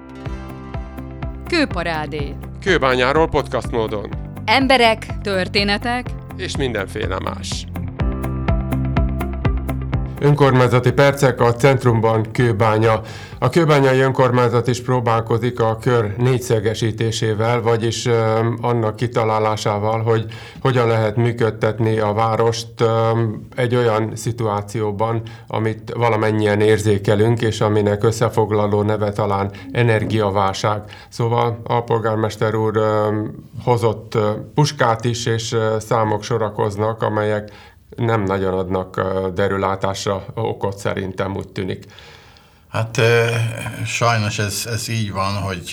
Kőparádé. Kőbányáról podcast módon. Emberek, történetek és mindenféle más. Önkormányzati percek, a centrumban Kőbánya. A kőbányai önkormányzat is próbálkozik a kör négyszögesítésével, vagyis annak kitalálásával, hogy hogyan lehet működtetni a várost egy olyan szituációban, amit valamennyien érzékelünk, és aminek összefoglaló neve talán energiaválság. Szóval a polgármester úr hozott puskát is, és számok sorakoznak, amelyek nem nagyon adnak derülátásra okot, szerintem úgy tűnik. Hát sajnos ez így van,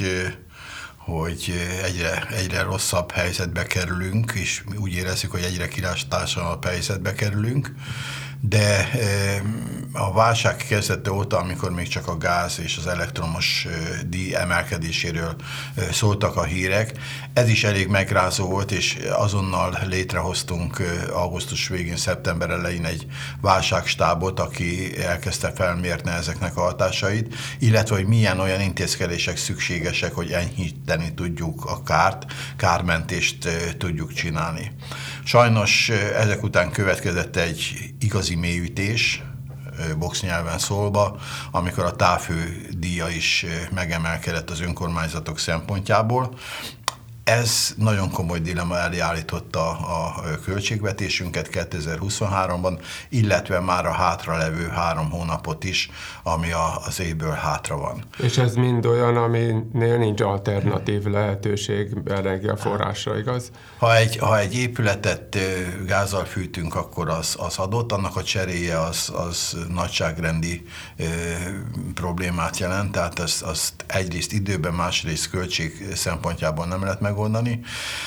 hogy egyre rosszabb helyzetbe kerülünk, és úgy érezzük, hogy egyre kilátástalanul helyzetbe kerülünk, de a válság kezdete óta, amikor még csak a gáz és az elektromos díj emelkedéséről szóltak a hírek, ez is elég megrázó volt, és azonnal létrehoztunk augusztus végén, szeptember elején egy válságstábot, aki elkezdte felmérni ezeknek a hatásait, illetve hogy milyen olyan intézkedések szükségesek, hogy enyhíteni tudjuk a kárt, kármentést tudjuk csinálni. Sajnos ezek után következett egy igazi mélyütés, boxnyelven szólva, amikor a távhő díja is megemelkedett az önkormányzatok szempontjából. Ez nagyon komoly dilemma elé állította a költségvetésünket 2023-ban, illetve már a hátralevő 3 hónapot is, ami az évből hátra van. És ez mind olyan, aminél nincs alternatív lehetőség energiaforrásra, igaz? Ha egy épületet gázzal fűtünk, akkor az adott, annak a cseréje az nagyságrendi problémát jelent, tehát azt egyrészt időben, másrészt költség szempontjából nem lehet megoldani.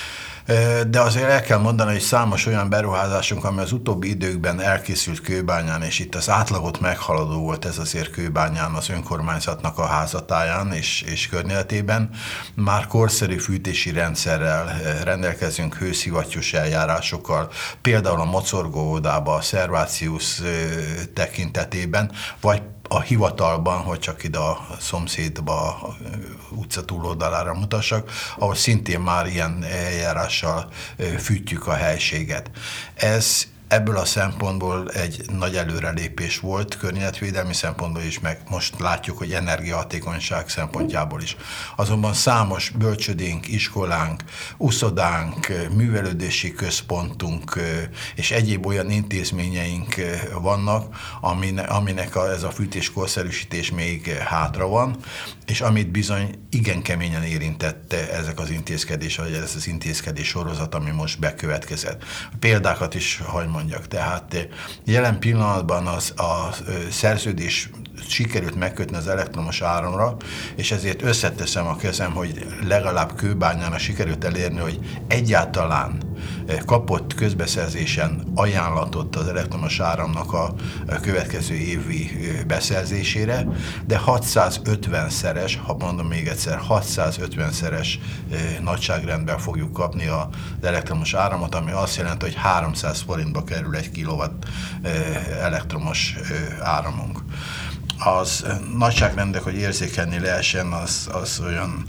De azért el kell mondani, hogy számos olyan beruházásunk, ami az utóbbi időkben elkészült Kőbányán, és itt az átlagot meghaladó volt ez azért Kőbányán, az önkormányzatnak a házatáján és környezetében. Már korszerű fűtési rendszerrel rendelkezünk, hőszivattyús eljárásokkal, például a mocorgó óvodába, a szerváciusz tekintetében, vagy a hivatalban, hogy csak ide a szomszédba, a utca túloldalára mutassak, ahol szintén már ilyen eljárással fűtjük a helységet. Ez ebből a szempontból egy nagy előrelépés volt, környezetvédelmi szempontból is, meg most látjuk, hogy energiahatékonyság szempontjából is. Azonban számos bölcsödénk, iskolánk, uszodánk, művelődési központunk és egyéb olyan intézményeink vannak, aminek ez a fűtéskorszerűsítés még hátra van, és amit bizony igen keményen érintette ezek az intézkedések, vagy ez az intézkedés sorozat, ami most bekövetkezett. Példákat is hagy mondjak. Tehát jelen pillanatban a szerződés sikerült megkötni az elektromos áramra, és ezért összeteszem a kezem, hogy legalább Kőbányának sikerült elérni, hogy egyáltalán kapott közbeszerzésen ajánlatot az elektromos áramnak a következő évi beszerzésére, de 650-szeres, ha mondom még egyszer, 650-szeres nagyságrendben fogjuk kapni az elektromos áramot, ami azt jelenti, hogy 300 forintba kerül 1 kilowatt elektromos áramunk. Az nagyságrendek, hogy érzékelni lehessen, az olyan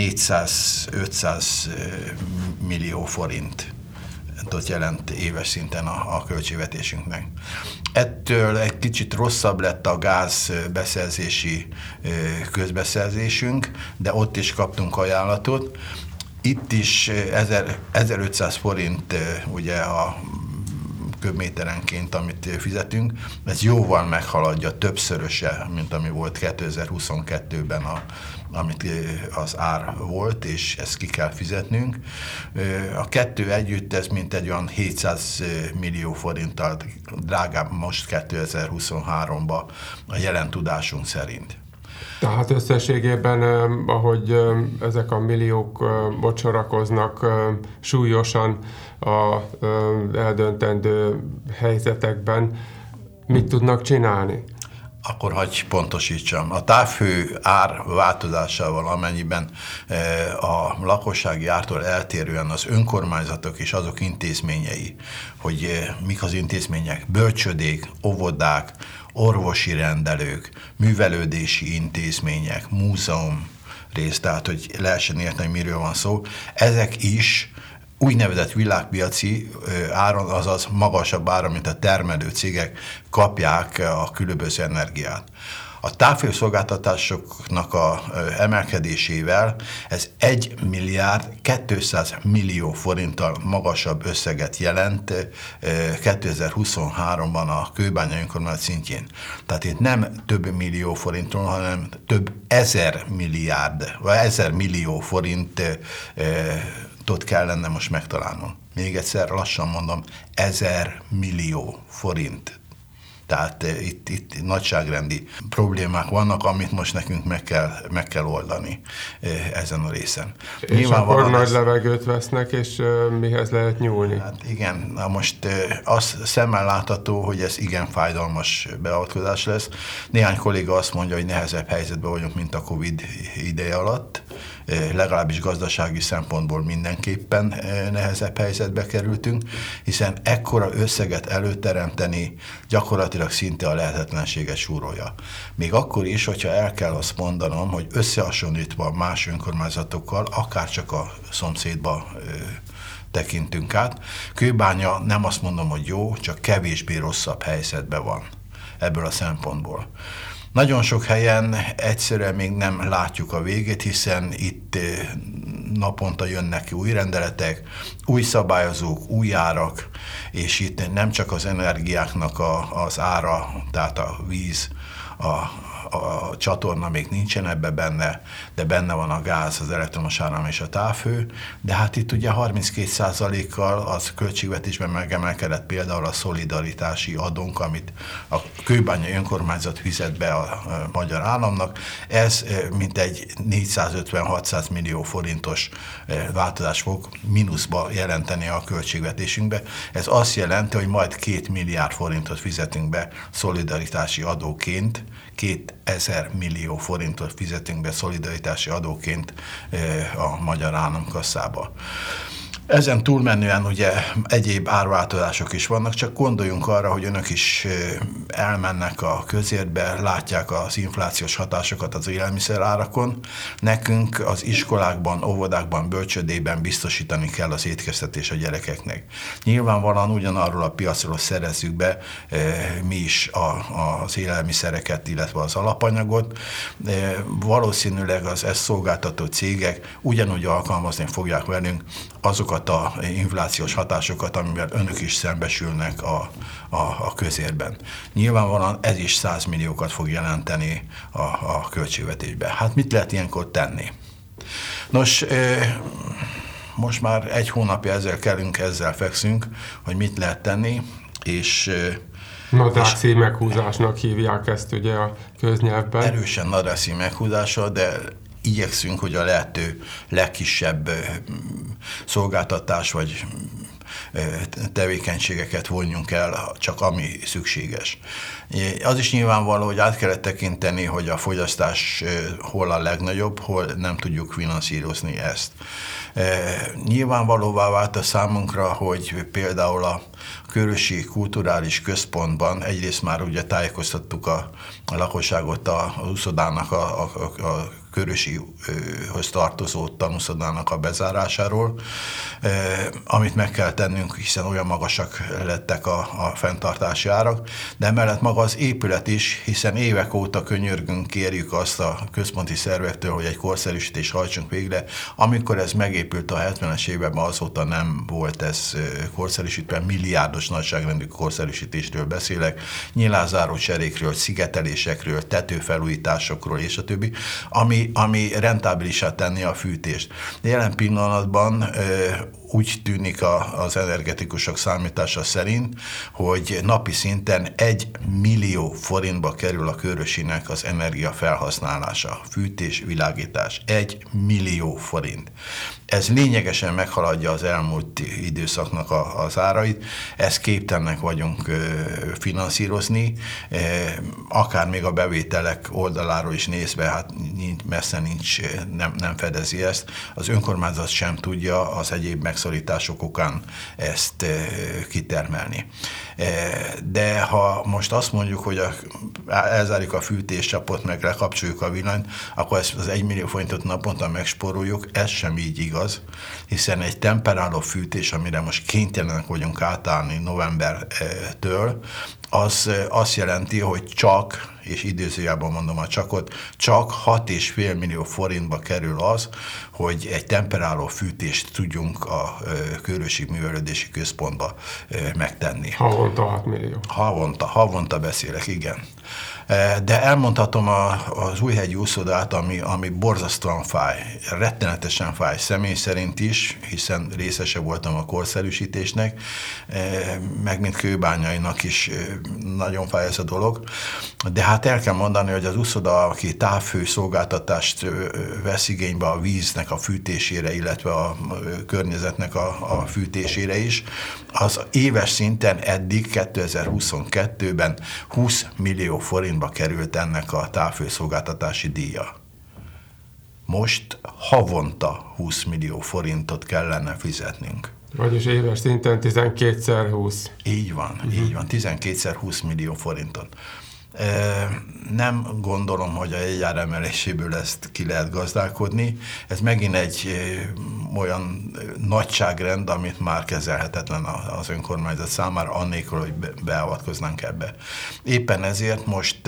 400-500 millió forintot jelent éves szinten a költségvetésünknek. Ettől egy kicsit rosszabb lett a gáz beszerzési közbeszerzésünk, de ott is kaptunk ajánlatot. Itt is 1500 forint ugye a köbméterenként, amit fizetünk, ez jóval meghaladja, többszöröse, mint ami volt 2022-ben, amit az ár volt, és ezt ki kell fizetnünk. A kettő együtt ez mintegy olyan 700 millió forinttal drágább most 2023-ban a jelen tudásunk szerint. Tehát összességében, ahogy ezek a milliók bocsorakoznak súlyosan az eldöntendő helyzetekben, mit tudnak csinálni? Akkor hagyj pontosítsam. A távhő ár változásával, amennyiben a lakossági ártól eltérően az önkormányzatok és azok intézményei, hogy mik az intézmények, bölcsödék, óvodák, orvosi rendelők, művelődési intézmények, múzeum, rész, tehát hogy lehessen érteni, miről van szó. Ezek is úgynevezett világpiaci áron, azaz magasabb áron, mint a termelő cégek kapják a különböző energiát. A távhőszolgáltatásoknak a emelkedésével ez 1 milliárd 200 millió forinttal magasabb összeget jelent 2023-ban a Kőbánya önkormányzat szintjén. Tehát itt nem több millió forintról, hanem több 1000 milliárd, vagy 1000 millió forintot kellene most megtalálnom. Még egyszer lassan mondom, 1000 millió forint. Tehát itt nagyságrendi problémák vannak, amit most nekünk meg kell oldani ezen a részen. És akkor nagy levegőt vesznek, és mihez lehet nyúlni? Hát igen, na most az szemmel látható, hogy ez igen fájdalmas beavatkozás lesz. Néhány kolléga azt mondja, hogy nehezebb helyzetben vagyunk, mint a Covid ideje alatt. Legalábbis gazdasági szempontból mindenképpen nehezebb helyzetbe kerültünk, hiszen ekkora összeget előteremteni gyakorlatilag szinte a lehetetlenséget súrolja. Még akkor is, hogyha el kell azt mondanom, hogy összehasonlítva más önkormányzatokkal, akár csak a szomszédba tekintünk át, Kőbánya nem azt mondom, hogy jó, csak kevésbé rosszabb helyzetben van ebből a szempontból. Nagyon sok helyen egyszerűen még nem látjuk a végét, hiszen itt naponta jönnek ki új rendeletek, új szabályozók, új árak, és itt nem csak az energiáknak az ára, tehát a víz, a csatorna még nincsen ebbe benne, de benne van a gáz, az elektromos áram és a távhő, de hát itt ugye 32%-kal az költségvetésben megemelkedett például a szolidaritási adónk, amit a Kőbánya önkormányzat fizet be a magyar államnak. Ez mintegy 450-600 millió forintos változás fog mínuszba jelenteni a költségvetésünkbe. Ez azt jelenti, hogy majd 2 milliárd forintot fizetünk be szolidaritási adóként, 2000 millió forintot fizetünk be szolidaritási adóként a magyar államkasszába. Ezen túlmenően ugye egyéb árváltozások is vannak, csak gondoljunk arra, hogy önök is elmennek a közértbe, látják az inflációs hatásokat az élelmiszer árakon. Nekünk az iskolákban, óvodákban, bölcsődében biztosítani kell az étkeztetés a gyerekeknek. Nyilvánvalóan ugyanarról a piacról szerezzük be mi is az élelmiszereket, illetve az alapanyagot. Valószínűleg az ezt szolgáltató cégek ugyanúgy alkalmazni fogják velünk azokat a inflációs hatásokat, amivel önök is szembesülnek a közérben. Nyilvánvalóan ez is 100 milliókat fog jelenteni a költségvetésbe. Hát mit lehet ilyenkor tenni? Nos, most már 1 hónapja ezzel fekszünk, hogy mit lehet tenni, és nadrágszíj meghúzásnak hívják ezt ugye a köznyelvben. Erősen nadrágszíj meghúzása, de igyekszünk, hogy a lehető legkisebb szolgáltatás vagy tevékenységeket vonjunk el, csak ami szükséges. Az is nyilvánvaló, hogy át kellett tekinteni, hogy a fogyasztás hol a legnagyobb, hol nem tudjuk finanszírozni ezt. Nyilvánvalóvá vált a számunkra, hogy például a Körösi Kulturális Központban egyrészt már ugye tájékoztattuk a lakosságot az uszodának, a Körösihoz tartozó tanúszodának a bezárásáról, amit meg kell tennünk, hiszen olyan magasak lettek a fenntartási árak, de emellett maga az épület is, hiszen évek óta könyörgünk, kérjük azt a központi szervektől, hogy egy korszerűsítést hajtsunk végre. Amikor ez megépült a 70-es években, azóta nem volt ez korszerűsítve, milliárdos nagyságrendű korszerűsítésről beszélek, nyilázáró cserékről, szigetelésekről, tetőfelújításokról és a többi, ami rentábilisá tenni a fűtést. Jelen pillanatban úgy tűnik az energetikusok számítása szerint, hogy napi szinten 1 millió forintba kerül a Körösinek az energia felhasználása, fűtés, világítás. 1 millió forint. Ez lényegesen meghaladja az elmúlt időszaknak az árait, ezt képtelenek vagyunk finanszírozni, akár még a bevételek oldaláról is nézve, hát messze nem fedezi ezt. Az önkormányzat sem tudja az egyéb megszorítások okán ezt kitermelni. De ha most azt mondjuk, hogy elzárjuk a fűtéscsapot, meg lekapcsoljuk a villanyt, akkor ezt az 1 millió forintot naponta megspóroljuk, ez sem így igaz, hiszen egy temperáló fűtés, amire most kénytelenek vagyunk átállni novembertől, az azt jelenti, hogy csak, és idézőjelben mondom a csakot, csak 6,5 millió forintba kerül az, hogy egy temperáló fűtést tudjunk a Kőrösi Művelődési Központba megtenni. Havonta 6 millió. Havonta beszélek, igen. De elmondhatom az Újhegyi úszodát, ami borzasztóan fáj, rettenetesen fáj személy szerint is, hiszen részese voltam a korszerűsítésnek, meg mint kőbányainak is nagyon fáj ez a dolog. De hát el kell mondani, hogy az úszoda, aki távhő szolgáltatást vesz igénybe a víznek a fűtésére, illetve a környezetnek a fűtésére is, az éves szinten eddig 2022-ben 20 millió forintba került ennek a távhőszolgáltatási díja. Most havonta 20 millió forintot kellene fizetnünk. Vagyis éves szinten 12x20. Így van, 12x20 millió forintot. Nem gondolom, hogy a jegyár emeléséből ezt ki lehet gazdálkodni. Ez megint egy olyan nagyságrend, amit már kezelhetetlen az önkormányzat számára, annélkül, hogy beavatkoznánk ebbe. Éppen ezért most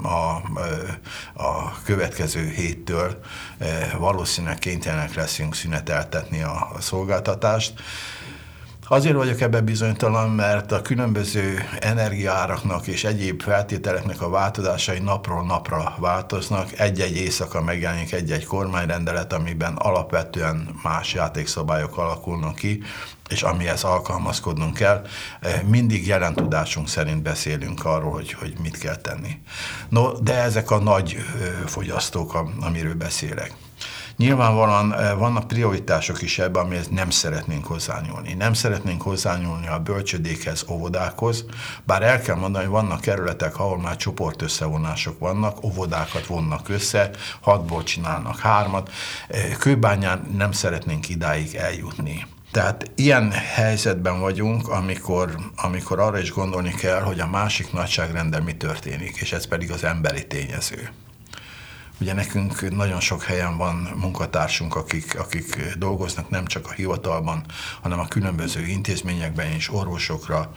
a következő héttől valószínűleg kénytelenek leszünk szüneteltetni a szolgáltatást. Azért vagyok ebben bizonytalan, mert a különböző energiaáraknak és egyéb feltételeknek a változásai napról napra változnak. Egy-egy éjszaka megjelenik egy-egy kormányrendelet, amiben alapvetően más játékszabályok alakulnak ki, és amihez alkalmazkodnunk kell. Mindig jelen tudásunk szerint beszélünk arról, hogy mit kell tenni. No, de ezek a nagy fogyasztók, amiről beszélek. Nyilvánvalóan vannak prioritások is ebben, amihez nem szeretnénk hozzányúlni. Nem szeretnénk hozzányúlni a bölcsödékhez, óvodákhoz, bár el kell mondani, hogy vannak kerületek, ahol már csoportösszevonások vannak, óvodákat vonnak össze, 6-ból csinálnak 3-at. Kőbányán nem szeretnénk idáig eljutni. Tehát ilyen helyzetben vagyunk, amikor arra is gondolni kell, hogy a másik nagyságrendel mi történik, és ez pedig az emberi tényező. Ugye nekünk nagyon sok helyen van munkatársunk, akik dolgoznak nem csak a hivatalban, hanem a különböző intézményekben is, orvosokra,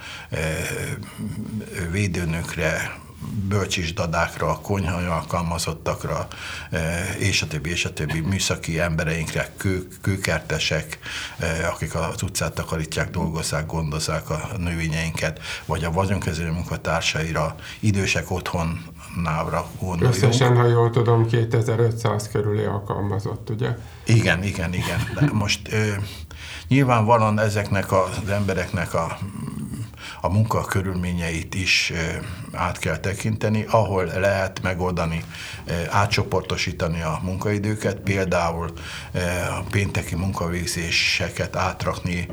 védőnökre, bölcsisdadákra, konyhai alkalmazottakra, és a többi műszaki embereinkre, kőkertesek, akik az utcát takarítják, dolgozzák, gondozzák a növényeinket, vagy a vagyonkezelő munkatársaira, idősek otthonnára gondoljunk. Összesen, ha jól tudom, 2500 körüli alkalmazott, ugye? Igen. De most nyilvánvalóan ezeknek az embereknek a munka körülményeit is át kell tekinteni, ahol lehet megoldani, átcsoportosítani a munkaidőket, például a pénteki munkavégzéseket átrakni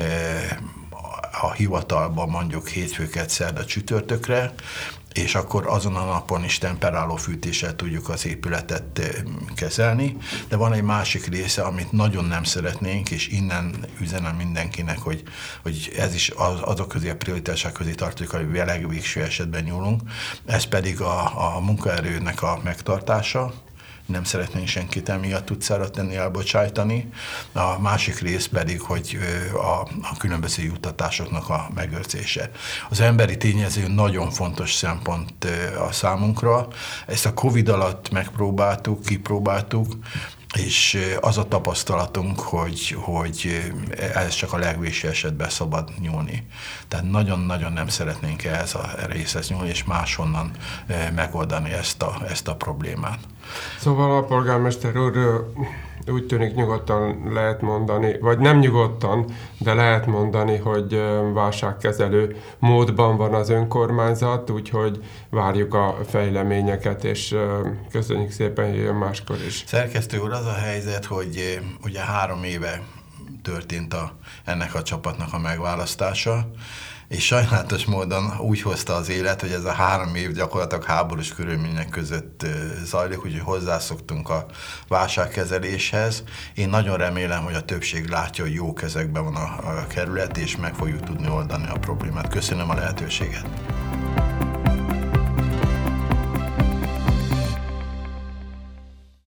a hivatalba mondjuk hétfőket, szerda, csütörtökre, és akkor azon a napon is temperáló fűtéssel tudjuk az épületet kezelni, de van egy másik része, amit nagyon nem szeretnénk, és innen üzenem mindenkinek, hogy ez is azok közé a prioritások közé tartozik, hogy a legvégső esetben nyúlunk, ez pedig a munkaerőnek a megtartása. Nem szeretnénk senkit emiatt utcára tenni, elbocsájtani. A másik rész pedig, hogy a különböző juttatásoknak a megőrzése. Az emberi tényező nagyon fontos szempont a számunkra. Ezt a Covid alatt kipróbáltuk, és az a tapasztalatunk, hogy ez csak a legvégső esetben szabad nyúlni. Tehát nagyon-nagyon nem szeretnénk ehhez a részhez nyúlni, és máshonnan megoldani ezt a problémát. Szóval a polgármester úr, úgy tűnik nyugodtan lehet mondani, vagy nem nyugodtan, de lehet mondani, hogy válságkezelő módban van az önkormányzat, úgyhogy várjuk a fejleményeket, és köszönjük szépen, hogy jön máskor is. Szerkesztő úr, az a helyzet, hogy ugye 3 éve történt ennek a csapatnak a megválasztása. és sajnálatos módon úgy hozta az élet, hogy ez a 3 év gyakorlatilag háborús körülmények között zajlik, úgyhogy hozzászoktunk a válságkezeléshez. Én nagyon remélem, hogy a többség látja, hogy jó kezekben van a kerület, és meg fogjuk tudni oldani a problémát. Köszönöm a lehetőséget.